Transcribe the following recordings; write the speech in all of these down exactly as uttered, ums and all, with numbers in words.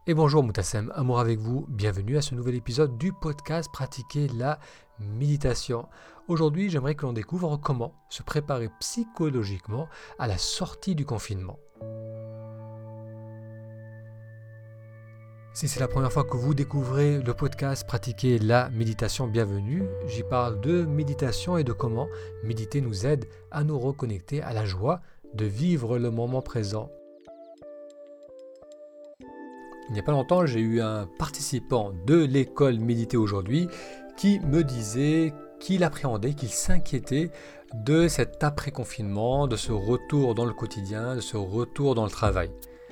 Et bonjour Moutassem, amour avec vous, bienvenue à ce nouvel épisode du podcast Pratiquer la méditation. Aujourd'hui, j'aimerais que l'on découvre comment se préparer psychologiquement à la sortie du confinement. Si c'est la première fois que vous découvrez le podcast Pratiquer la méditation, bienvenue. J'y parle de méditation et de comment méditer nous aide à nous reconnecter à la joie de vivre le moment présent. Il n'y a pas longtemps, j'ai eu un participant de l'école Méditer aujourd'hui qui me disait qu'il appréhendait, qu'il s'inquiétait de cet après-confinement, de ce retour dans le quotidien, de ce retour dans le travail.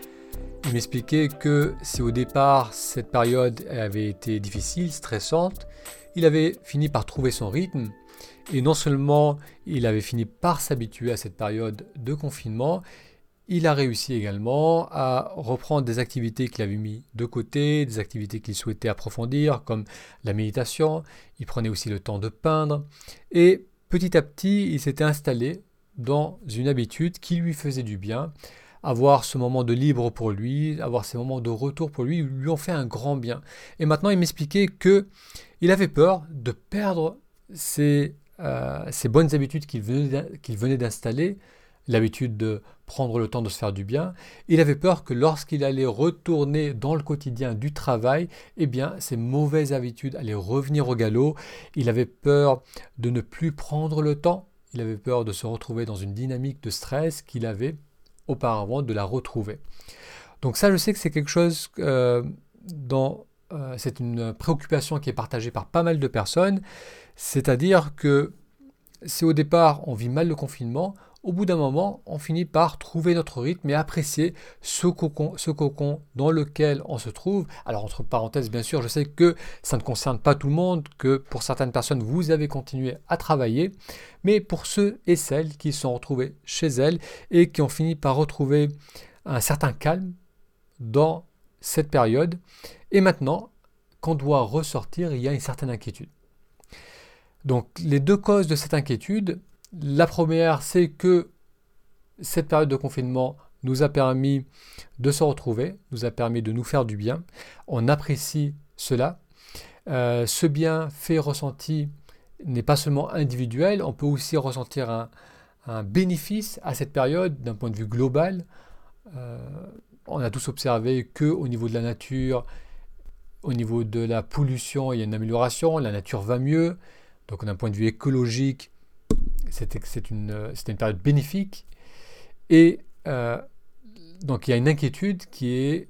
Il m'expliquait que si au départ cette période avait été difficile, stressante, il avait fini par trouver son rythme et non seulement il avait fini par s'habituer à cette période de confinement, il a réussi également à reprendre des activités qu'il avait mis de côté, des activités qu'il souhaitait approfondir, comme la méditation. Il prenait aussi le temps de peindre. Et petit à petit, il s'était installé dans une habitude qui lui faisait du bien. Avoir ce moment de libre pour lui, avoir ces moments de retour pour lui, lui ont fait un grand bien. Et maintenant, il m'expliquait qu'il avait peur de perdre ces, euh, ces bonnes habitudes qu'il venait, qu'il venait d'installer, l'habitude de prendre le temps de se faire du bien. Il avait peur que lorsqu'il allait retourner dans le quotidien du travail, eh bien, ces mauvaises habitudes allaient revenir au galop. Il avait peur de ne plus prendre le temps. Il avait peur de se retrouver dans une dynamique de stress qu'il avait auparavant, de la retrouver. Donc ça, je sais que c'est quelque chose euh, dont euh, c'est une préoccupation qui est partagée par pas mal de personnes. C'est-à-dire que si au départ on vit mal le confinement, au bout d'un moment, on finit par trouver notre rythme et apprécier ce cocon, ce cocon dans lequel on se trouve. Alors, entre parenthèses, bien sûr, je sais que ça ne concerne pas tout le monde, que pour certaines personnes, vous avez continué à travailler, mais pour ceux et celles qui se sont retrouvés chez elles et qui ont fini par retrouver un certain calme dans cette période, et maintenant, qu'on doit ressortir, il y a une certaine inquiétude. Donc, les deux causes de cette inquiétude, la première, c'est que cette période de confinement nous a permis de se retrouver, nous a permis de nous faire du bien. On apprécie cela. Euh, ce bien fait ressenti n'est pas seulement individuel, on peut aussi ressentir un, un bénéfice à cette période d'un point de vue global. Euh, on a tous observé qu'au niveau de la nature, au niveau de la pollution, il y a une amélioration, la nature va mieux. Donc d'un point de vue écologique, C'était, c'est une, c'était une période bénéfique et euh, donc il y a une inquiétude qui est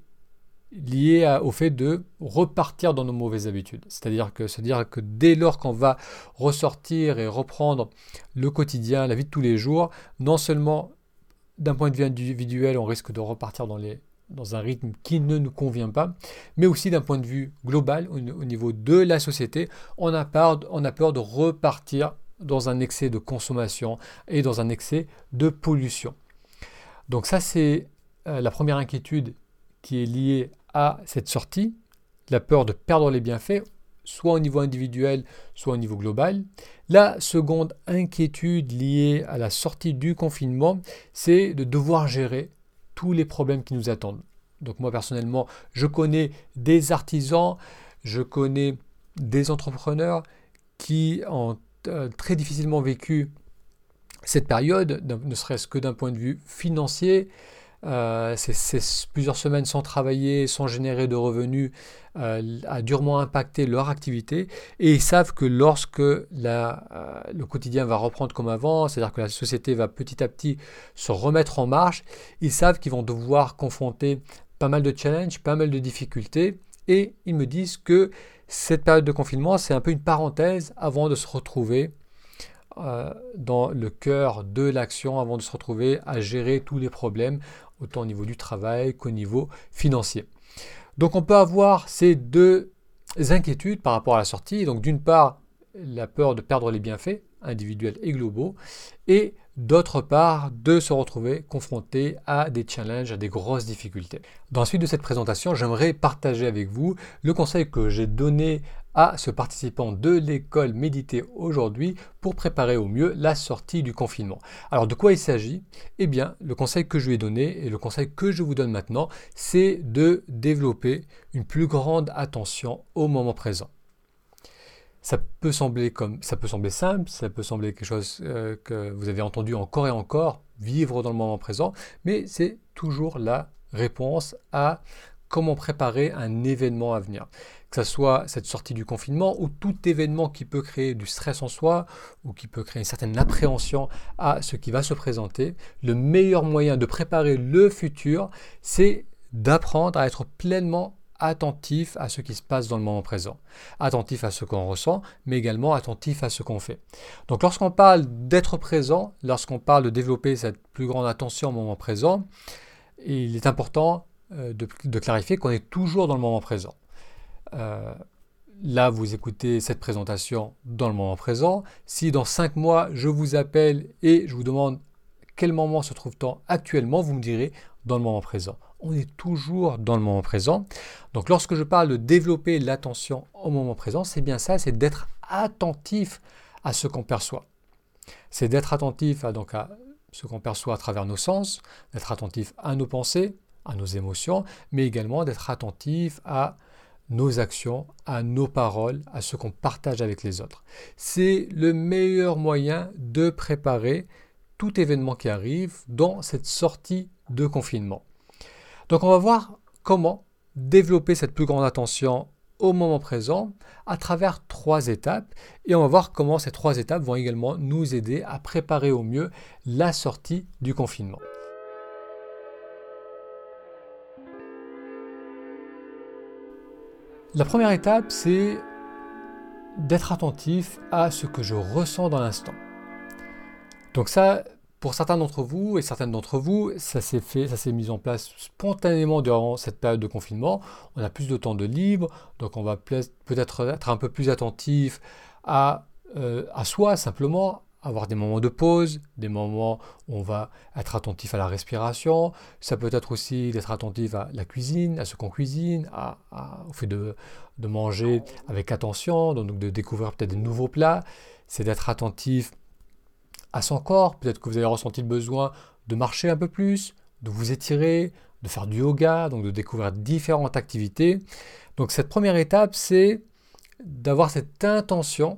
liée à, au fait de repartir dans nos mauvaises habitudes. C'est-à-dire que, c'est-à-dire que dès lors qu'on va ressortir et reprendre le quotidien, la vie de tous les jours, non seulement d'un point de vue individuel, on risque de repartir dans, les, dans un rythme qui ne nous convient pas, mais aussi d'un point de vue global, au, au niveau de la société, on a peur, on a peur de repartir dans un excès de consommation et dans un excès de pollution. Donc ça, c'est euh, la première inquiétude qui est liée à cette sortie, la peur de perdre les bienfaits, soit au niveau individuel, soit au niveau global. La seconde inquiétude liée à la sortie du confinement, c'est de devoir gérer tous les problèmes qui nous attendent. Donc moi, personnellement, je connais des artisans, je connais des entrepreneurs qui ont très difficilement vécu cette période, ne serait-ce que d'un point de vue financier. Euh, c'est, c'est plusieurs semaines sans travailler, sans générer de revenus, euh, a durement impacté leur activité et ils savent que lorsque la, euh, le quotidien va reprendre comme avant, c'est-à-dire que la société va petit à petit se remettre en marche, ils savent qu'ils vont devoir confronter pas mal de challenges, pas mal de difficultés et ils me disent que cette période de confinement, c'est un peu une parenthèse avant de se retrouver euh, dans le cœur de l'action, avant de se retrouver à gérer tous les problèmes, autant au niveau du travail qu'au niveau financier. Donc on peut avoir ces deux inquiétudes par rapport à la sortie. Donc d'une part, la peur de perdre les bienfaits individuels et globaux, et d'autre part de se retrouver confronté à des challenges, à des grosses difficultés. Dans la suite de cette présentation, j'aimerais partager avec vous le conseil que j'ai donné à ce participant de l'école Méditer aujourd'hui pour préparer au mieux la sortie du confinement. Alors de quoi il s'agit? Eh bien, le conseil que je lui ai donné et le conseil que je vous donne maintenant, c'est de développer une plus grande attention au moment présent. Ça peut sembler comme, ça peut sembler simple, ça peut sembler quelque chose euh, que vous avez entendu encore et encore, vivre dans le moment présent, mais c'est toujours la réponse à comment préparer un événement à venir. Que ce soit cette sortie du confinement ou tout événement qui peut créer du stress en soi ou qui peut créer une certaine appréhension à ce qui va se présenter, le meilleur moyen de préparer le futur, c'est d'apprendre à être pleinement attentif à ce qui se passe dans le moment présent, attentif à ce qu'on ressent, mais également attentif à ce qu'on fait. Donc lorsqu'on parle d'être présent, lorsqu'on parle de développer cette plus grande attention au moment présent, il est important euh, de, de clarifier qu'on est toujours dans le moment présent. Euh, là, vous écoutez cette présentation dans le moment présent. Si dans cinq mois, je vous appelle et je vous demande quel moment se trouve-t-on actuellement, vous me direz dans le moment présent. On est toujours dans le moment présent. Donc lorsque je parle de développer l'attention au moment présent, c'est bien ça, c'est d'être attentif à ce qu'on perçoit. C'est d'être attentif à, donc, à ce qu'on perçoit à travers nos sens, d'être attentif à nos pensées, à nos émotions, mais également d'être attentif à nos actions, à nos paroles, à ce qu'on partage avec les autres. C'est le meilleur moyen de préparer tout événement qui arrive dans cette sortie de confinement. Donc on va voir comment développer cette plus grande attention au moment présent à travers trois étapes et on va voir comment ces trois étapes vont également nous aider à préparer au mieux la sortie du confinement. La première étape, c'est d'être attentif à ce que je ressens dans l'instant. Donc ça, pour certains d'entre vous et certaines d'entre vous, ça s'est fait, ça s'est mis en place spontanément durant cette période de confinement. On a plus de temps de libre, donc on va peut-être être un peu plus attentif à, euh, à soi simplement, avoir des moments de pause, des moments où on va être attentif à la respiration. Ça peut être aussi d'être attentif à la cuisine, à ce qu'on cuisine, à, à, au fait de, de manger avec attention, donc de découvrir peut-être des nouveaux plats. C'est d'être attentif à son corps. Peut-être que vous avez ressenti le besoin de marcher un peu plus, de vous étirer, de faire du yoga, donc de découvrir différentes activités. Donc cette première étape, c'est d'avoir cette intention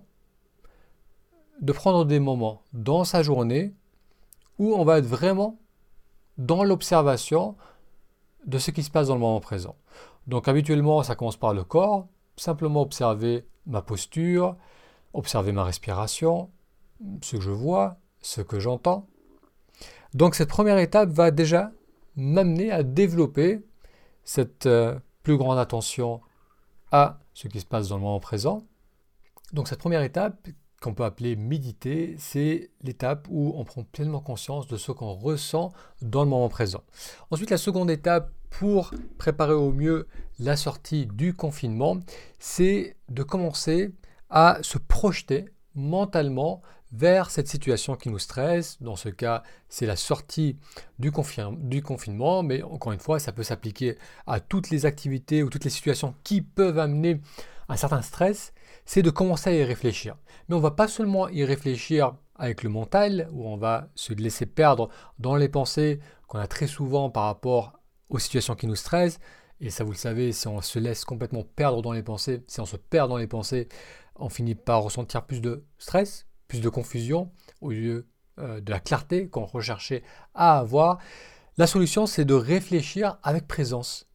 de prendre des moments dans sa journée où on va être vraiment dans l'observation de ce qui se passe dans le moment présent. Donc habituellement, ça commence par le corps, simplement observer ma posture, observer ma respiration, ce que je vois, ce que j'entends. Donc cette première étape va déjà m'amener à développer cette euh, plus grande attention à ce qui se passe dans le moment présent. Donc cette première étape, qu'on peut appeler méditer, c'est l'étape où on prend pleinement conscience de ce qu'on ressent dans le moment présent. Ensuite, la seconde étape pour préparer au mieux la sortie du confinement, c'est de commencer à se projeter mentalement vers cette situation qui nous stresse. Dans ce cas, c'est la sortie du, confin- du confinement, mais encore une fois, ça peut s'appliquer à toutes les activités ou toutes les situations qui peuvent amener un certain stress. C'est de commencer à y réfléchir. Mais on ne va pas seulement y réfléchir avec le mental, où on va se laisser perdre dans les pensées qu'on a très souvent par rapport aux situations qui nous stressent. Et ça, vous le savez, si on se laisse complètement perdre dans les pensées, si on se perd dans les pensées, on finit par ressentir plus de stress, plus de confusion, au lieu euh, de la clarté qu'on recherchait à avoir. La solution, c'est de réfléchir avec présence.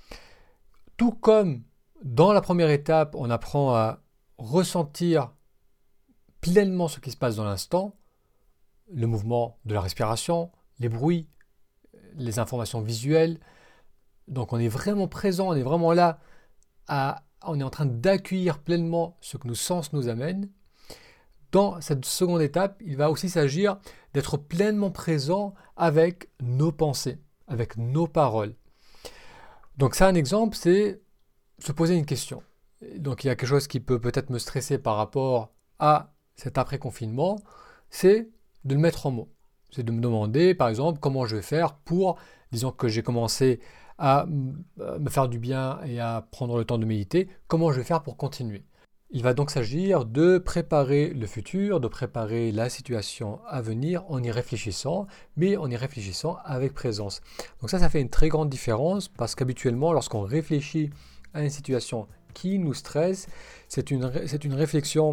Tout comme dans la première étape, on apprend à ressentir pleinement ce qui se passe dans l'instant, le mouvement de la respiration, les bruits, les informations visuelles. Donc on est vraiment présent, on est vraiment là, à, on est en train d'accueillir pleinement ce que nos sens nous amènent. Dans cette seconde étape, il va aussi s'agir d'être pleinement présent avec nos pensées, avec nos paroles. Donc ça, un exemple, c'est se poser une question. Donc il y a quelque chose qui peut peut-être me stresser par rapport à cet après-confinement, c'est de le mettre en mots. C'est de me demander, par exemple, comment je vais faire pour, disons que j'ai commencé à me faire du bien et à prendre le temps de méditer, comment je vais faire pour continuer. Il va donc s'agir de préparer le futur, de préparer la situation à venir en y réfléchissant, mais en y réfléchissant avec présence. Donc ça, ça fait une très grande différence parce qu'habituellement, lorsqu'on réfléchit à une situation qui nous stresse, c'est une, c'est une réflexion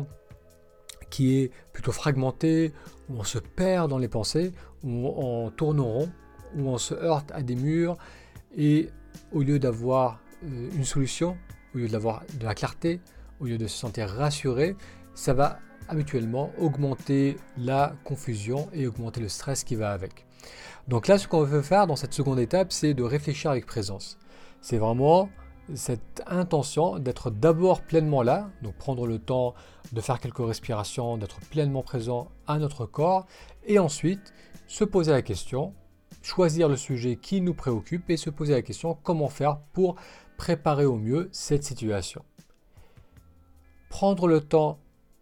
qui est plutôt fragmentée, où on se perd dans les pensées, où on tourne en rond, où on se heurte à des murs, et au lieu d'avoir une solution, au lieu d'avoir de la clarté, au lieu de se sentir rassuré, ça va habituellement augmenter la confusion et augmenter le stress qui va avec. Donc là, ce qu'on veut faire dans cette seconde étape, c'est de réfléchir avec présence. C'est vraiment cette intention d'être d'abord pleinement là, donc prendre le temps de faire quelques respirations, d'être pleinement présent à notre corps, et ensuite se poser la question, choisir le sujet qui nous préoccupe et se poser la question comment faire pour préparer au mieux cette situation. Prendre le temps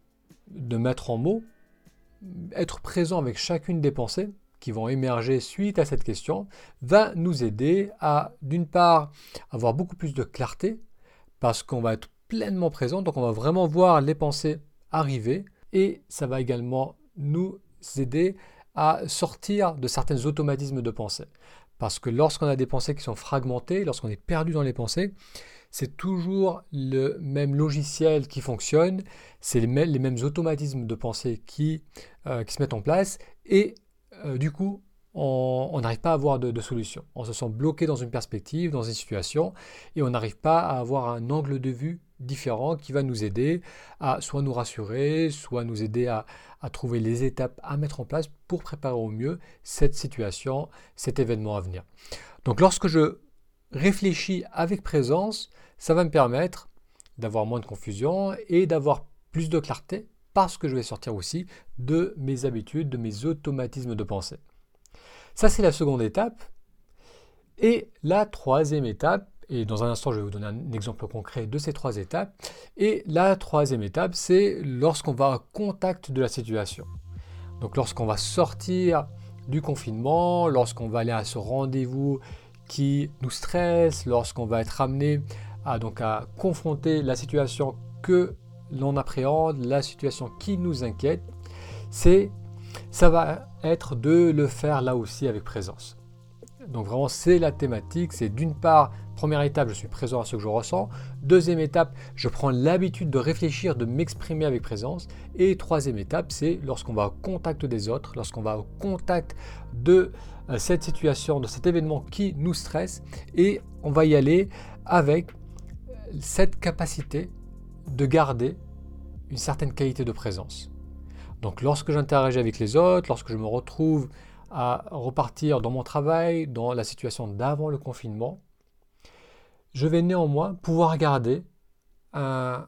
de mettre en mots, être présent avec chacune des pensées qui vont émerger suite à cette question, va nous aider à, d'une part, avoir beaucoup plus de clarté, parce qu'on va être pleinement présent, donc on va vraiment voir les pensées arriver, et ça va également nous aider à sortir de certains automatismes de pensée. Parce que lorsqu'on a des pensées qui sont fragmentées, lorsqu'on est perdu dans les pensées, c'est toujours le même logiciel qui fonctionne, c'est les, mêmes, les mêmes automatismes de pensée qui, euh, qui se mettent en place, et euh, du coup, on n'arrive pas à avoir de, de solution. On se sent bloqué dans une perspective, dans une situation, et on n'arrive pas à avoir un angle de vue différent qui va nous aider à soit nous rassurer, soit nous aider à, à trouver les étapes à mettre en place pour préparer au mieux cette situation, cet événement à venir. Donc lorsque je réfléchis avec présence, ça va me permettre d'avoir moins de confusion et d'avoir plus de clarté parce que je vais sortir aussi de mes habitudes, de mes automatismes de pensée. Ça, c'est la seconde étape. Et la troisième étape, et dans un instant, je vais vous donner un exemple concret de ces trois étapes. Et la troisième étape, c'est lorsqu'on va au contact de la situation. Donc lorsqu'on va sortir du confinement, lorsqu'on va aller à ce rendez-vous qui nous stresse, lorsqu'on va être amené à, donc, à confronter la situation que l'on appréhende, la situation qui nous inquiète, c'est, ça va être de le faire là aussi avec présence. Donc vraiment, c'est la thématique, c'est d'une part, première étape, je suis présent à ce que je ressens. Deuxième étape, je prends l'habitude de réfléchir, de m'exprimer avec présence. Et troisième étape, c'est lorsqu'on va au contact des autres, lorsqu'on va au contact de euh, cette situation, de cet événement qui nous stresse. Et on va y aller avec cette capacité de garder une certaine qualité de présence. Donc lorsque j'interagis avec les autres, lorsque je me retrouve à repartir dans mon travail, dans la situation d'avant le confinement, je vais néanmoins pouvoir garder un,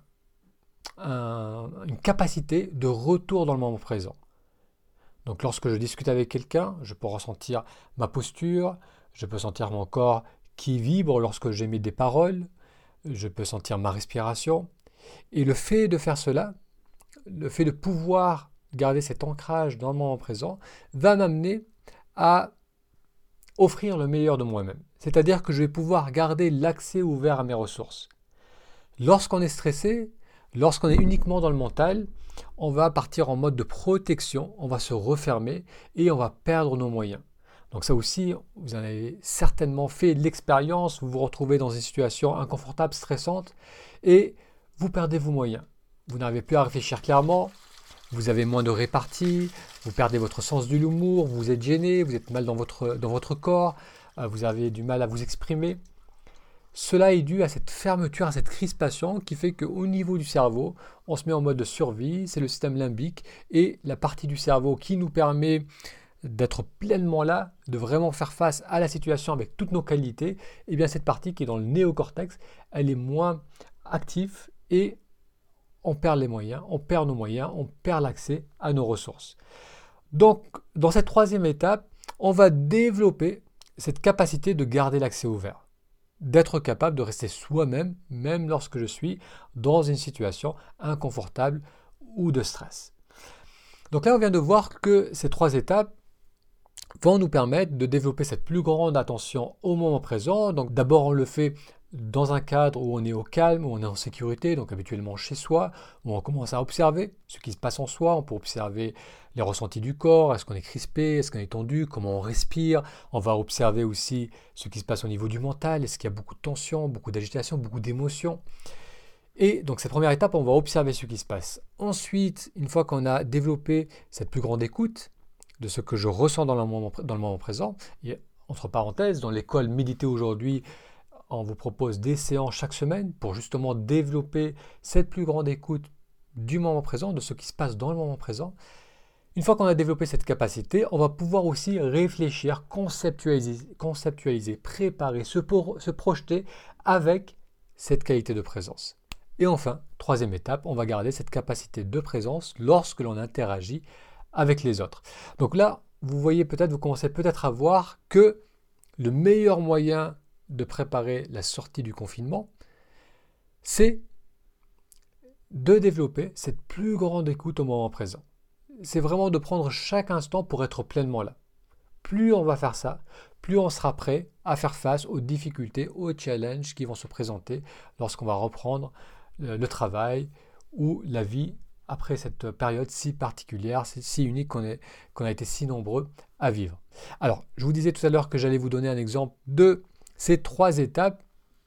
un, une capacité de retour dans le moment présent. Donc lorsque je discute avec quelqu'un, je peux ressentir ma posture, je peux sentir mon corps qui vibre lorsque j'émets des paroles, je peux sentir ma respiration. Et le fait de faire cela, le fait de pouvoir garder cet ancrage dans le moment présent, va m'amener à offrir le meilleur de moi-même. C'est-à-dire que je vais pouvoir garder l'accès ouvert à mes ressources. Lorsqu'on est stressé, lorsqu'on est uniquement dans le mental, on va partir en mode de protection, on va se refermer et on va perdre nos moyens. Donc ça aussi, vous en avez certainement fait l'expérience, vous vous retrouvez dans une situation inconfortable, stressante, et vous perdez vos moyens. Vous n'arrivez plus à réfléchir clairement, vous avez moins de répartie, vous perdez votre sens de l'humour, vous êtes gêné, vous êtes mal dans votre, dans votre corps, vous avez du mal à vous exprimer. Cela est dû à cette fermeture, à cette crispation qui fait qu'au niveau du cerveau, on se met en mode de survie, c'est le système limbique et la partie du cerveau qui nous permet d'être pleinement là, de vraiment faire face à la situation avec toutes nos qualités, et bien cette partie qui est dans le néocortex, elle est moins active et on perd les moyens, on perd nos moyens, on perd l'accès à nos ressources. Donc, dans cette troisième étape, on va développer cette capacité de garder l'accès ouvert, d'être capable de rester soi-même, même lorsque je suis dans une situation inconfortable ou de stress. Donc là, on vient de voir que ces trois étapes vont nous permettre de développer cette plus grande attention au moment présent. Donc d'abord on le fait dans un cadre où on est au calme, où on est en sécurité, donc habituellement chez soi, où on commence à observer ce qui se passe en soi, on peut observer les ressentis du corps, est-ce qu'on est crispé, est-ce qu'on est tendu, comment on respire, on va observer aussi ce qui se passe au niveau du mental, est-ce qu'il y a beaucoup de tension, beaucoup d'agitation, beaucoup d'émotions. Et donc cette première étape, on va observer ce qui se passe. Ensuite, une fois qu'on a développé cette plus grande écoute de ce que je ressens dans le moment, dans le moment présent, et entre parenthèses, dans l'école Méditer aujourd'hui, on vous propose des séances chaque semaine pour justement développer cette plus grande écoute du moment présent, de ce qui se passe dans le moment présent. Une fois qu'on a développé cette capacité, on va pouvoir aussi réfléchir, conceptualiser, conceptualiser préparer, se, pour, se projeter avec cette qualité de présence. Et enfin, troisième étape, on va garder cette capacité de présence lorsque l'on interagit avec les autres. Donc là, vous voyez peut-être, vous commencez peut-être à voir que le meilleur moyen de préparer la sortie du confinement, c'est de développer cette plus grande écoute au moment présent. C'est vraiment de prendre chaque instant pour être pleinement là. Plus on va faire ça, plus on sera prêt à faire face aux difficultés, aux challenges qui vont se présenter lorsqu'on va reprendre le, le travail ou la vie après cette période si particulière, si unique qu'on, est, qu'on a été si nombreux à vivre. Alors, je vous disais tout à l'heure que j'allais vous donner un exemple de ces trois étapes.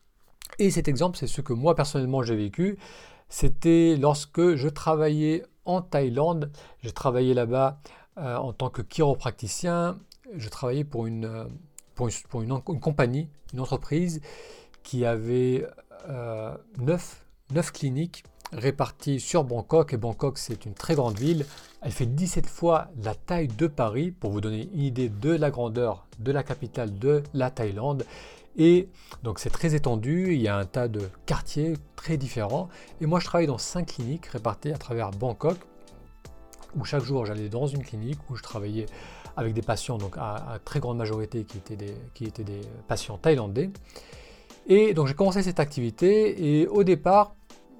Et cet exemple, c'est ce que moi personnellement j'ai vécu. C'était lorsque je travaillais en Thaïlande. J'ai travaillé là-bas euh, en tant que chiropraticien. Je travaillais pour une, pour une, pour une, une compagnie, une entreprise qui avait euh, neuf, neuf cliniques réparties sur Bangkok. Et Bangkok, c'est une très grande ville. Elle fait dix-sept fois la taille de Paris, pour vous donner une idée de la grandeur de la capitale de la Thaïlande. Et donc c'est très étendu, il y a un tas de quartiers très différents. Et moi je travaille dans cinq cliniques réparties à travers Bangkok, où chaque jour j'allais dans une clinique, où je travaillais avec des patients, donc à, à très grande majorité qui étaient, des, qui étaient des patients thaïlandais. Et donc j'ai commencé cette activité et au départ,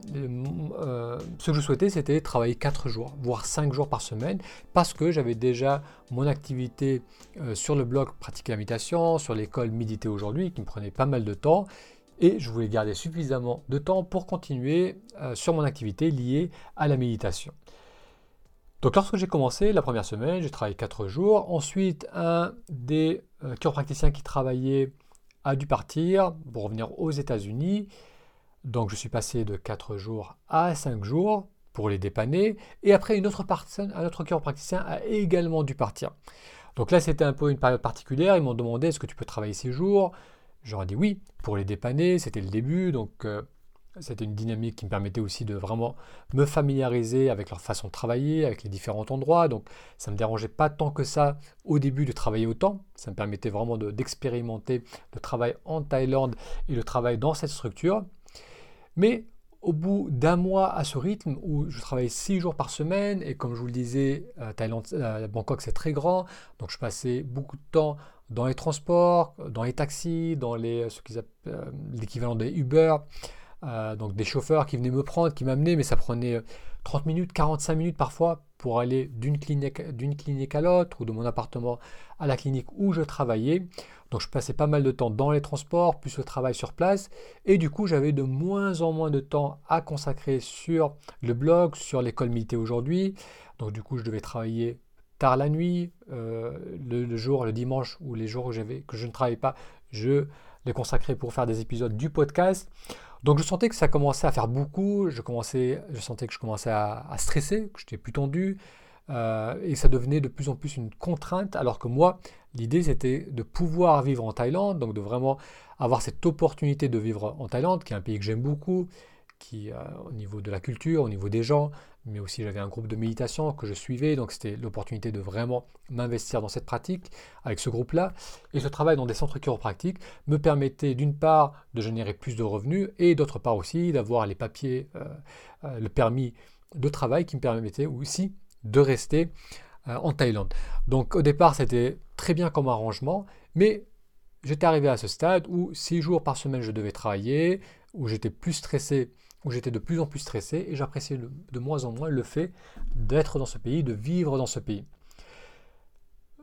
Euh, ce que je souhaitais, c'était travailler quatre jours, voire cinq jours par semaine, parce que j'avais déjà mon activité euh, sur le blog Pratiquer la méditation, sur l'école Méditer aujourd'hui, qui me prenait pas mal de temps, et je voulais garder suffisamment de temps pour continuer euh, sur mon activité liée à la méditation. Donc lorsque j'ai commencé la première semaine, j'ai travaillé quatre jours. Ensuite, un des euh, chiropraticiens qui travaillait a dû partir pour revenir aux États-Unis. Donc je suis passé de quatre jours à cinq jours pour les dépanner. Et après, une autre personne, un autre chiropraticien a également dû partir. Donc là, c'était un peu une période particulière. Ils m'ont demandé, est-ce que tu peux travailler ces jours? J'aurais dit oui, pour les dépanner. C'était le début. Donc euh, c'était une dynamique qui me permettait aussi de vraiment me familiariser avec leur façon de travailler, avec les différents endroits. Donc ça ne me dérangeait pas tant que ça au début de travailler autant. Ça me permettait vraiment de, d'expérimenter le travail en Thaïlande et le travail dans cette structure. Mais au bout d'un mois à ce rythme où je travaillais six jours par semaine, et comme je vous le disais, euh, Thaïlande, euh, Bangkok c'est très grand, donc je passais beaucoup de temps dans les transports, dans les taxis, dans les, ce qu'ils appellent euh, l'équivalent des Uber, euh, donc des chauffeurs qui venaient me prendre, qui m'amenaient, mais ça prenait trente minutes, quarante-cinq minutes parfois pour aller d'une clinique, d'une clinique à l'autre ou de mon appartement à la clinique où je travaillais. Donc je passais pas mal de temps dans les transports, plus le travail sur place. Et du coup, j'avais de moins en moins de temps à consacrer sur le blog, sur l'école Méditer aujourd'hui. Donc du coup, je devais travailler tard la nuit, euh, le, le jour, le dimanche ou les jours où j'avais, que je ne travaillais pas, je les consacrais pour faire des épisodes du podcast. Donc je sentais que ça commençait à faire beaucoup, je, commençais, je sentais que je commençais à, à stresser, que j'étais plus tendu, euh, et ça devenait de plus en plus une contrainte, alors que moi, l'idée c'était de pouvoir vivre en Thaïlande, donc de vraiment avoir cette opportunité de vivre en Thaïlande, qui est un pays que j'aime beaucoup, qui, euh, au niveau de la culture, au niveau des gens, mais aussi j'avais un groupe de méditation que je suivais, donc c'était l'opportunité de vraiment m'investir dans cette pratique avec ce groupe-là. Et ce travail dans des centres chiropratiques me permettait d'une part de générer plus de revenus et d'autre part aussi d'avoir les papiers, euh, euh, le permis de travail qui me permettait aussi de rester euh, en Thaïlande. Donc au départ c'était très bien comme arrangement, mais j'étais arrivé à ce stade où six jours par semaine je devais travailler, où j'étais plus stressé, où j'étais de plus en plus stressé et j'appréciais de moins en moins le fait d'être dans ce pays, de vivre dans ce pays.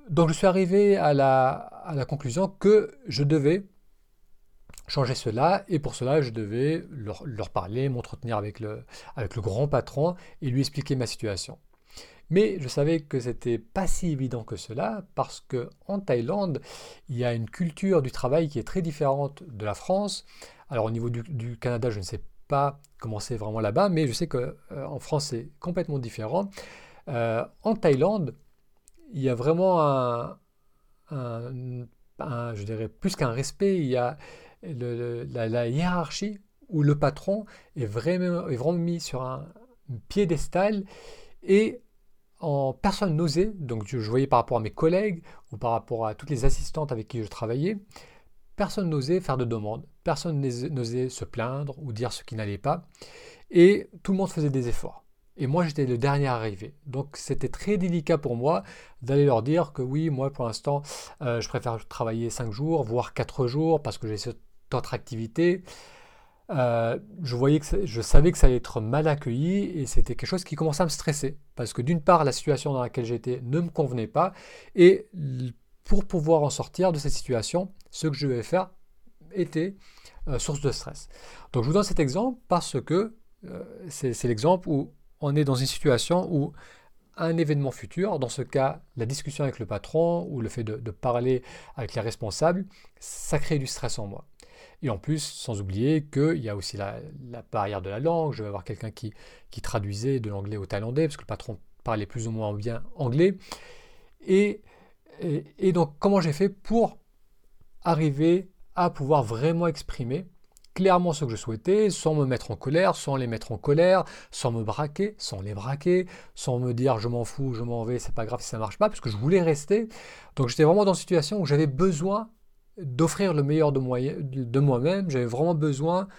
Donc je suis arrivé à la, à la conclusion que je devais changer cela, et pour cela je devais leur, leur parler, m'entretenir avec le, avec le grand patron et lui expliquer ma situation. Mais je savais que c'était pas si évident que cela parce que en Thaïlande, il y a une culture du travail qui est très différente de la France. Alors au niveau du, du Canada, je ne sais pas comment c'est vraiment là-bas, mais je sais que euh, en France c'est complètement différent. Euh, en Thaïlande, il y a vraiment un, un- un- je dirais plus qu'un respect, il y a le- le- la, la hiérarchie où le patron est vraiment, est vraiment mis sur un piédestal et en personne n'osait, donc je, je voyais par rapport à mes collègues ou par rapport à toutes les assistantes avec qui je travaillais, personne n'osait faire de demande, personne n'osait n'osait se plaindre ou dire ce qui n'allait pas, et tout le monde faisait des efforts. Et moi, j'étais le dernier arrivé. Donc, c'était très délicat pour moi d'aller leur dire que oui, moi, pour l'instant, euh, je préfère travailler cinq jours, voire quatre jours, parce que j'ai cette autre activité. Euh, je voyais que ça- je savais que ça allait être mal accueilli et c'était quelque chose qui commençait à me stresser parce que d'une part la situation dans laquelle j'étais ne me convenait pas et l- pour pouvoir en sortir de cette situation, ce que je devais faire était euh, source de stress. Donc je vous donne cet exemple parce que euh, c'est c'est l'exemple où on est dans une situation où un événement futur, dans ce cas la discussion avec le patron ou le fait de, de parler avec les responsables, ça crée du stress en moi. Et en plus, sans oublier qu'il y a aussi la, la barrière de la langue. Je vais avoir quelqu'un qui, qui traduisait de l'anglais au thaïlandais, parce que le patron parlait plus ou moins bien anglais. Et, et, et donc, comment j'ai fait pour arriver à pouvoir vraiment exprimer clairement ce que je souhaitais, sans me mettre en colère, sans les mettre en colère, sans me braquer, sans les braquer, sans me dire je m'en fous, je m'en vais, c'est pas grave si ça marche pas, parce que je voulais rester. Donc j'étais vraiment dans une situation où j'avais besoin d'offrir le meilleur de, moi, de moi-même, j'avais vraiment besoin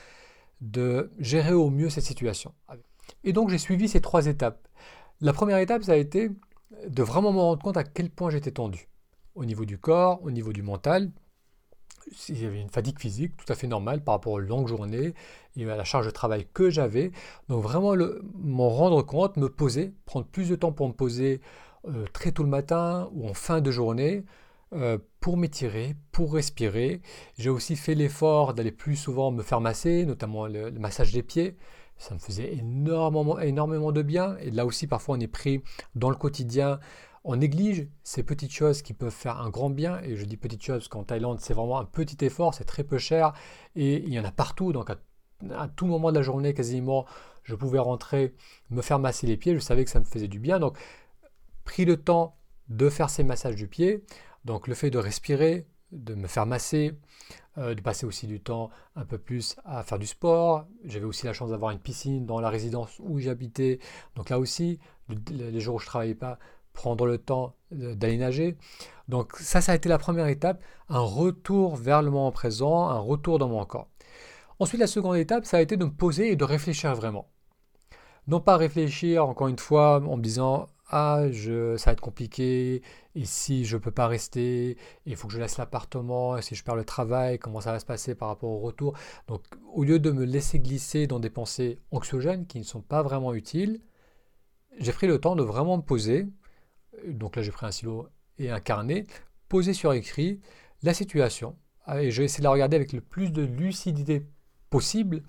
de gérer au mieux cette situation. Et donc j'ai suivi ces trois étapes. La première étape, ça a été de vraiment me rendre compte à quel point j'étais tendu. Au niveau du corps, au niveau du mental, il y avait une fatigue physique tout à fait normale par rapport aux longues journées et à la charge de travail que j'avais. Donc vraiment le, m'en rendre compte, me poser, prendre plus de temps pour me poser euh, très tôt le matin ou en fin de journée euh, pour m'étirer, pour respirer. J'ai aussi fait l'effort d'aller plus souvent me faire masser, notamment le, le massage des pieds. Ça me faisait énormément, énormément de bien. Et là aussi, parfois, on est pris dans le quotidien. On néglige ces petites choses qui peuvent faire un grand bien. Et je dis petites choses parce qu'en Thaïlande, c'est vraiment un petit effort, c'est très peu cher. Et il y en a partout. Donc, à, à tout moment de la journée, quasiment, je pouvais rentrer, me faire masser les pieds. Je savais que ça me faisait du bien. Donc, pris le temps de faire ces massages du pied. Donc, le fait de respirer, de me faire masser, euh, de passer aussi du temps un peu plus à faire du sport. J'avais aussi la chance d'avoir une piscine dans la résidence où j'habitais. Donc là aussi, le- les jours où je ne travaillais pas, prendre le temps euh, d'aller nager. Donc ça, ça a été la première étape, un retour vers le moment présent, un retour dans mon corps. Ensuite, la seconde étape, ça a été de me poser et de réfléchir vraiment. Non pas réfléchir, encore une fois, en me disant ah, je, ça va être compliqué, et si je ne peux pas rester, il faut que je laisse l'appartement, et si je perds le travail, comment ça va se passer par rapport au retour. Donc, au lieu de me laisser glisser dans des pensées anxiogènes qui ne sont pas vraiment utiles, j'ai pris le temps de vraiment me poser. Donc là, j'ai pris un stylo et un carnet, poser sur écrit la situation. Et je vais essayer de la regarder avec le plus de lucidité possible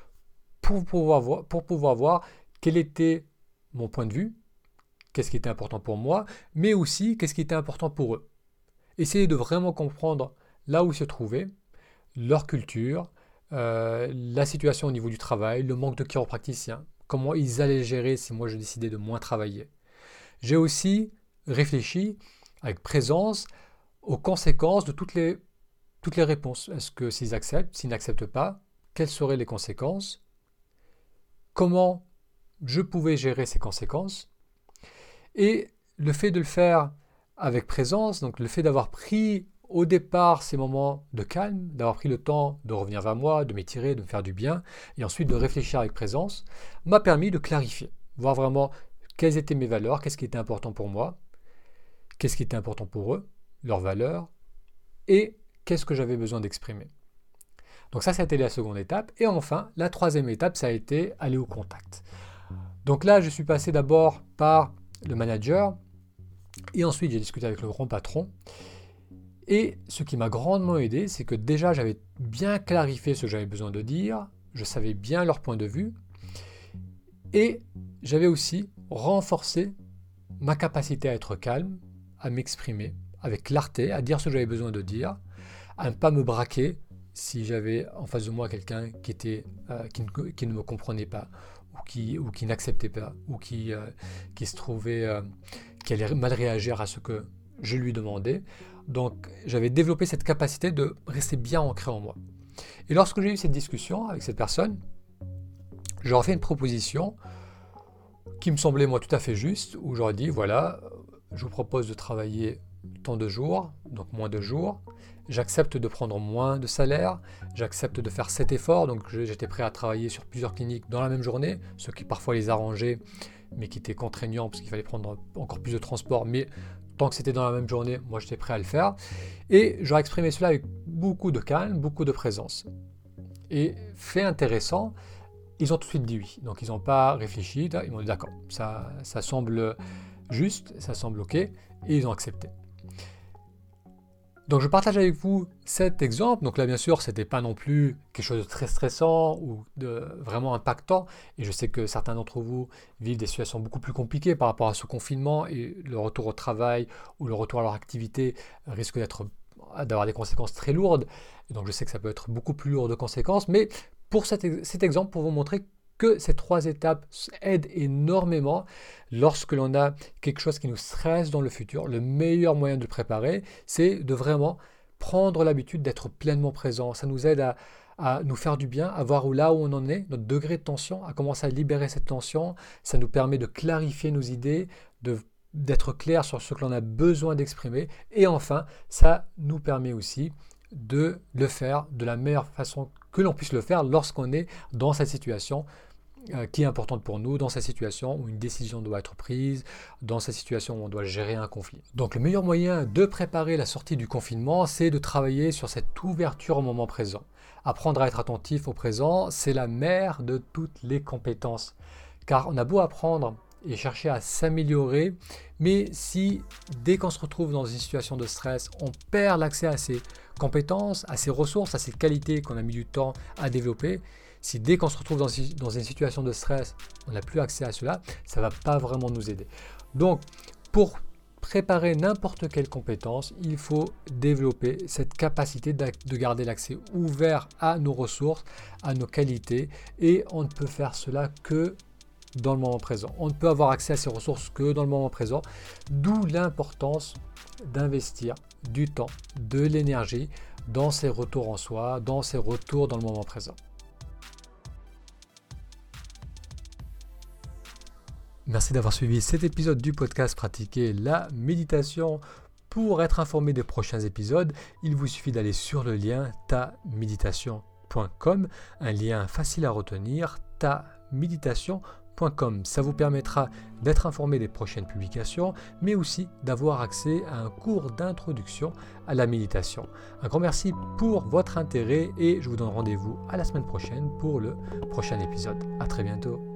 pour pouvoir voir, pour pouvoir voir quel était mon point de vue, qu'est-ce qui était important pour moi, mais aussi qu'est-ce qui était important pour eux. Essayer de vraiment comprendre là où ils se trouvaient, leur culture, euh, la situation au niveau du travail, le manque de chiropracticiens, comment ils allaient gérer si moi je décidais de moins travailler. J'ai aussi réfléchi avec présence aux conséquences de toutes les, toutes les réponses. Est-ce que s'ils acceptent, s'ils n'acceptent pas, quelles seraient les conséquences? Comment je pouvais gérer ces conséquences? Et le fait de le faire avec présence, donc le fait d'avoir pris au départ ces moments de calme, d'avoir pris le temps de revenir vers moi, de m'étirer, de me faire du bien, et ensuite de réfléchir avec présence, m'a permis de clarifier, voir vraiment quelles étaient mes valeurs, qu'est-ce qui était important pour moi, qu'est-ce qui était important pour eux, leurs valeurs, et qu'est-ce que j'avais besoin d'exprimer. Donc ça, ça a été la seconde étape. Et enfin, la troisième étape, ça a été aller au contact. Donc là, je suis passé d'abord par le manager Et ensuite, j'ai discuté avec le grand patron. Et ce qui m'a grandement aidé, c'est que déjà, j'avais bien clarifié ce que j'avais besoin de dire. Je savais bien leur point de vue. Et j'avais aussi renforcé ma capacité à être calme, à m'exprimer avec clarté, à dire ce que j'avais besoin de dire, à ne pas me braquer si j'avais en face de moi quelqu'un qui, était, euh, qui, ne, qui ne me comprenait pas, ou qui, ou qui n'acceptait pas, ou qui, euh, qui se trouvait, euh, qui allait mal réagir à ce que je lui demandais. Donc j'avais développé cette capacité de rester bien ancré en moi. Et lorsque j'ai eu cette discussion avec cette personne, je leur ai fait une proposition qui me semblait moi tout à fait juste, où j'aurais dit, voilà, je vous propose de travailler tant de jours, donc moins de jours, j'accepte de prendre moins de salaire, j'accepte de faire cet effort, donc j'étais prêt à travailler sur plusieurs cliniques dans la même journée, ce qui parfois les arrangeait, mais qui était contraignant parce qu'il fallait prendre encore plus de transport, mais tant que c'était dans la même journée, moi j'étais prêt à le faire, et j'aurais exprimé cela avec beaucoup de calme, beaucoup de présence. Et fait intéressant, ils ont tout de suite dit oui, donc ils n'ont pas réfléchi, ils m'ont dit d'accord, ça, ça semble juste, ça semble ok, et ils ont accepté. Donc je partage avec vous cet exemple, donc là bien sûr c'était pas non plus quelque chose de très stressant ou de vraiment impactant, et je sais que certains d'entre vous vivent des situations beaucoup plus compliquées par rapport à ce confinement, et le retour au travail ou le retour à leur activité risque d'être, d'avoir des conséquences très lourdes, et donc je sais que ça peut être beaucoup plus lourd de conséquences, mais pour cet, cet exemple, pour vous montrer que ces trois étapes aident énormément lorsque l'on a quelque chose qui nous stresse dans le futur. Le meilleur moyen de le préparer, c'est de vraiment prendre l'habitude d'être pleinement présent. Ça nous aide à, à nous faire du bien, à voir où, là où on en est, notre degré de tension, à commencer à libérer cette tension. Ça nous permet de clarifier nos idées, de d'être clair sur ce que l'on a besoin d'exprimer. Et enfin, ça nous permet aussi de le faire de la meilleure façon que l'on puisse le faire lorsqu'on est dans cette situation euh, qui est importante pour nous, dans cette situation où une décision doit être prise, dans cette situation où on doit gérer un conflit. Donc le meilleur moyen de préparer la sortie du confinement, c'est de travailler sur cette ouverture au moment présent. Apprendre à être attentif au présent, c'est la mère de toutes les compétences. Car on a beau apprendre et chercher à s'améliorer, mais si dès qu'on se retrouve dans une situation de stress, on perd l'accès à ses compétences, à ses ressources, à ses qualités qu'on a mis du temps à développer, si dès qu'on se retrouve dans, dans une situation de stress, on n'a plus accès à cela, ça ne va pas vraiment nous aider. Donc, pour préparer n'importe quelle compétence, il faut développer cette capacité de garder l'accès ouvert à nos ressources, à nos qualités, et on ne peut faire cela que dans le moment présent. On ne peut avoir accès à ces ressources que dans le moment présent, d'où l'importance d'investir du temps, de l'énergie dans ces retours en soi, dans ces retours dans le moment présent. Merci d'avoir suivi cet épisode du podcast Pratiquer la méditation. Pour être informé des prochains épisodes, il vous suffit d'aller sur le lien ta méditation point com, un lien facile à retenir, ta méditation point com. Ça vous permettra d'être informé des prochaines publications, mais aussi d'avoir accès à un cours d'introduction à la méditation. Un grand merci pour votre intérêt et je vous donne rendez-vous à la semaine prochaine pour le prochain épisode. À très bientôt.